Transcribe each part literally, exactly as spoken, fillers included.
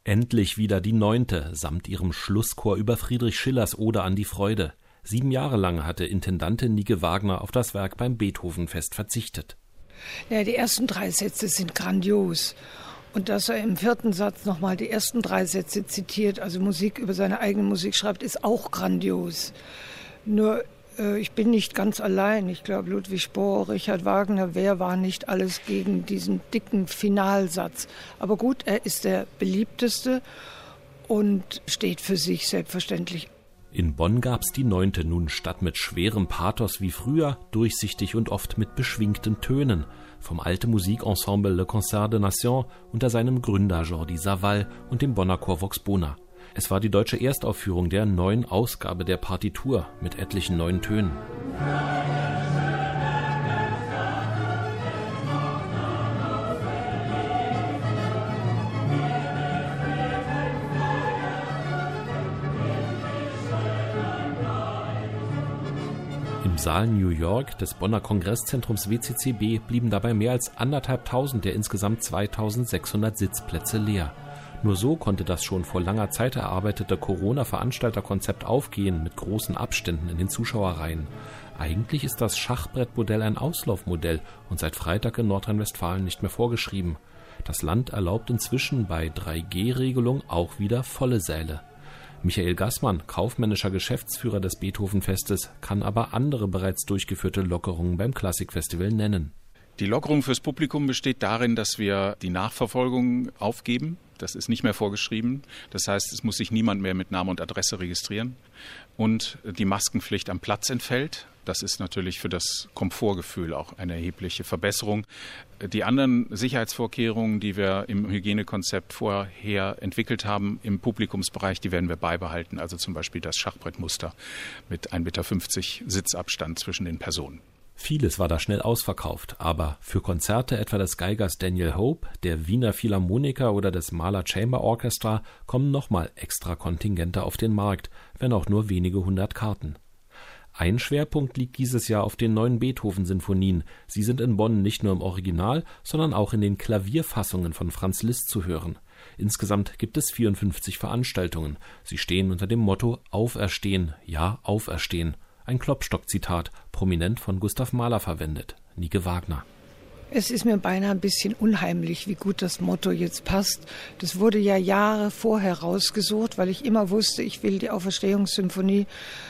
Endlich wieder die Neunte, samt ihrem Schlusschor über Friedrich Schillers Ode an die Freude. Sieben Jahre lang hatte Intendantin Nike Wagner auf das Werk beim Beethovenfest verzichtet. Ja, die ersten drei Sätze sind grandios. Und dass er im vierten Satz nochmal die ersten drei Sätze zitiert, also Musik über seine eigene Musik schreibt, ist auch grandios. Nur äh, ich bin nicht ganz allein. Ich glaube, Ludwig Spohr, Richard Wagner, wer war nicht alles gegen diesen dicken Finalsatz. Aber gut, er ist der beliebteste und steht für sich selbstverständlich. In Bonn gab's die Neunte nun statt mit schwerem Pathos wie früher, durchsichtig und oft mit beschwingten Tönen. Vom Alte Musikensemble Le Concert de Nation unter seinem Gründer Jordi Savall und dem Bonner Chor Vox Bona. Es war die deutsche Erstaufführung der neuen Ausgabe der Partitur mit etlichen neuen Tönen. Im Saal New York des Bonner Kongresszentrums W C C B blieben dabei mehr als anderthalbtausend der insgesamt zweitausendsechshundert Sitzplätze leer. Nur so konnte das schon vor langer Zeit erarbeitete Corona-Veranstalterkonzept aufgehen mit großen Abständen in den Zuschauerreihen. Eigentlich ist das Schachbrettmodell ein Auslaufmodell und seit Freitag in Nordrhein-Westfalen nicht mehr vorgeschrieben. Das Land erlaubt inzwischen bei drei G Regelung auch wieder volle Säle. Michael Gassmann, kaufmännischer Geschäftsführer des Beethovenfestes, kann aber andere bereits durchgeführte Lockerungen beim Klassikfestival nennen. Die Lockerung fürs Publikum besteht darin, dass wir die Nachverfolgung aufgeben. Das ist nicht mehr vorgeschrieben. Das heißt, es muss sich niemand mehr mit Name und Adresse registrieren. Und die Maskenpflicht am Platz entfällt. Das ist natürlich für das Komfortgefühl auch eine erhebliche Verbesserung. Die anderen Sicherheitsvorkehrungen, die wir im Hygienekonzept vorher entwickelt haben, im Publikumsbereich, die werden wir beibehalten. Also zum Beispiel das Schachbrettmuster mit ein Meter fünfzig Sitzabstand zwischen den Personen. Vieles war da schnell ausverkauft, aber für Konzerte etwa des Geigers Daniel Hope, der Wiener Philharmoniker oder des Mahler Chamber Orchestra kommen nochmal extra Kontingente auf den Markt, wenn auch nur wenige hundert Karten. Ein Schwerpunkt liegt dieses Jahr auf den neuen Beethoven-Sinfonien. Sie sind in Bonn nicht nur im Original, sondern auch in den Klavierfassungen von Franz Liszt zu hören. Insgesamt gibt es vierundfünfzig Veranstaltungen. Sie stehen unter dem Motto Auferstehen, ja Auferstehen. Ein Klopstock-Zitat, prominent von Gustav Mahler verwendet. Nike Wagner. Es ist mir beinahe ein bisschen unheimlich, wie gut das Motto jetzt passt. Das wurde ja Jahre vorher rausgesucht, weil ich immer wusste, ich will die Auferstehungssymphonie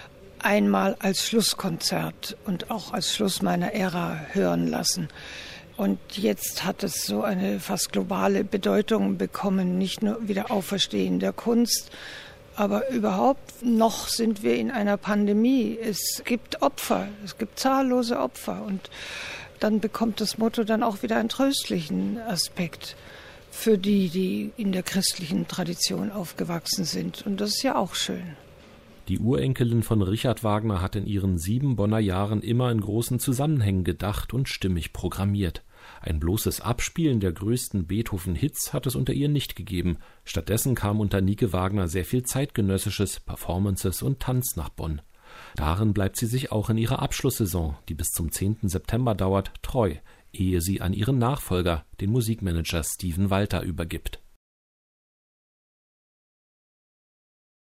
einmal als Schlusskonzert und auch als Schluss meiner Ära hören lassen. Und jetzt hat es so eine fast globale Bedeutung bekommen, nicht nur wieder Auferstehen der Kunst, aber überhaupt noch sind wir in einer Pandemie. Es gibt Opfer, es gibt zahllose Opfer und dann bekommt das Motto dann auch wieder einen tröstlichen Aspekt für die, die in der christlichen Tradition aufgewachsen sind. Und das ist ja auch schön. Die Urenkelin von Richard Wagner hat in ihren sieben Bonner Jahren immer in großen Zusammenhängen gedacht und stimmig programmiert. Ein bloßes Abspielen der größten Beethoven-Hits hat es unter ihr nicht gegeben. Stattdessen kam unter Nike Wagner sehr viel zeitgenössisches, Performances und Tanz nach Bonn. Darin bleibt sie sich auch in ihrer Abschlusssaison, die bis zum zehnten September dauert, treu, ehe sie an ihren Nachfolger, den Musikmanager Steven Walter, übergibt.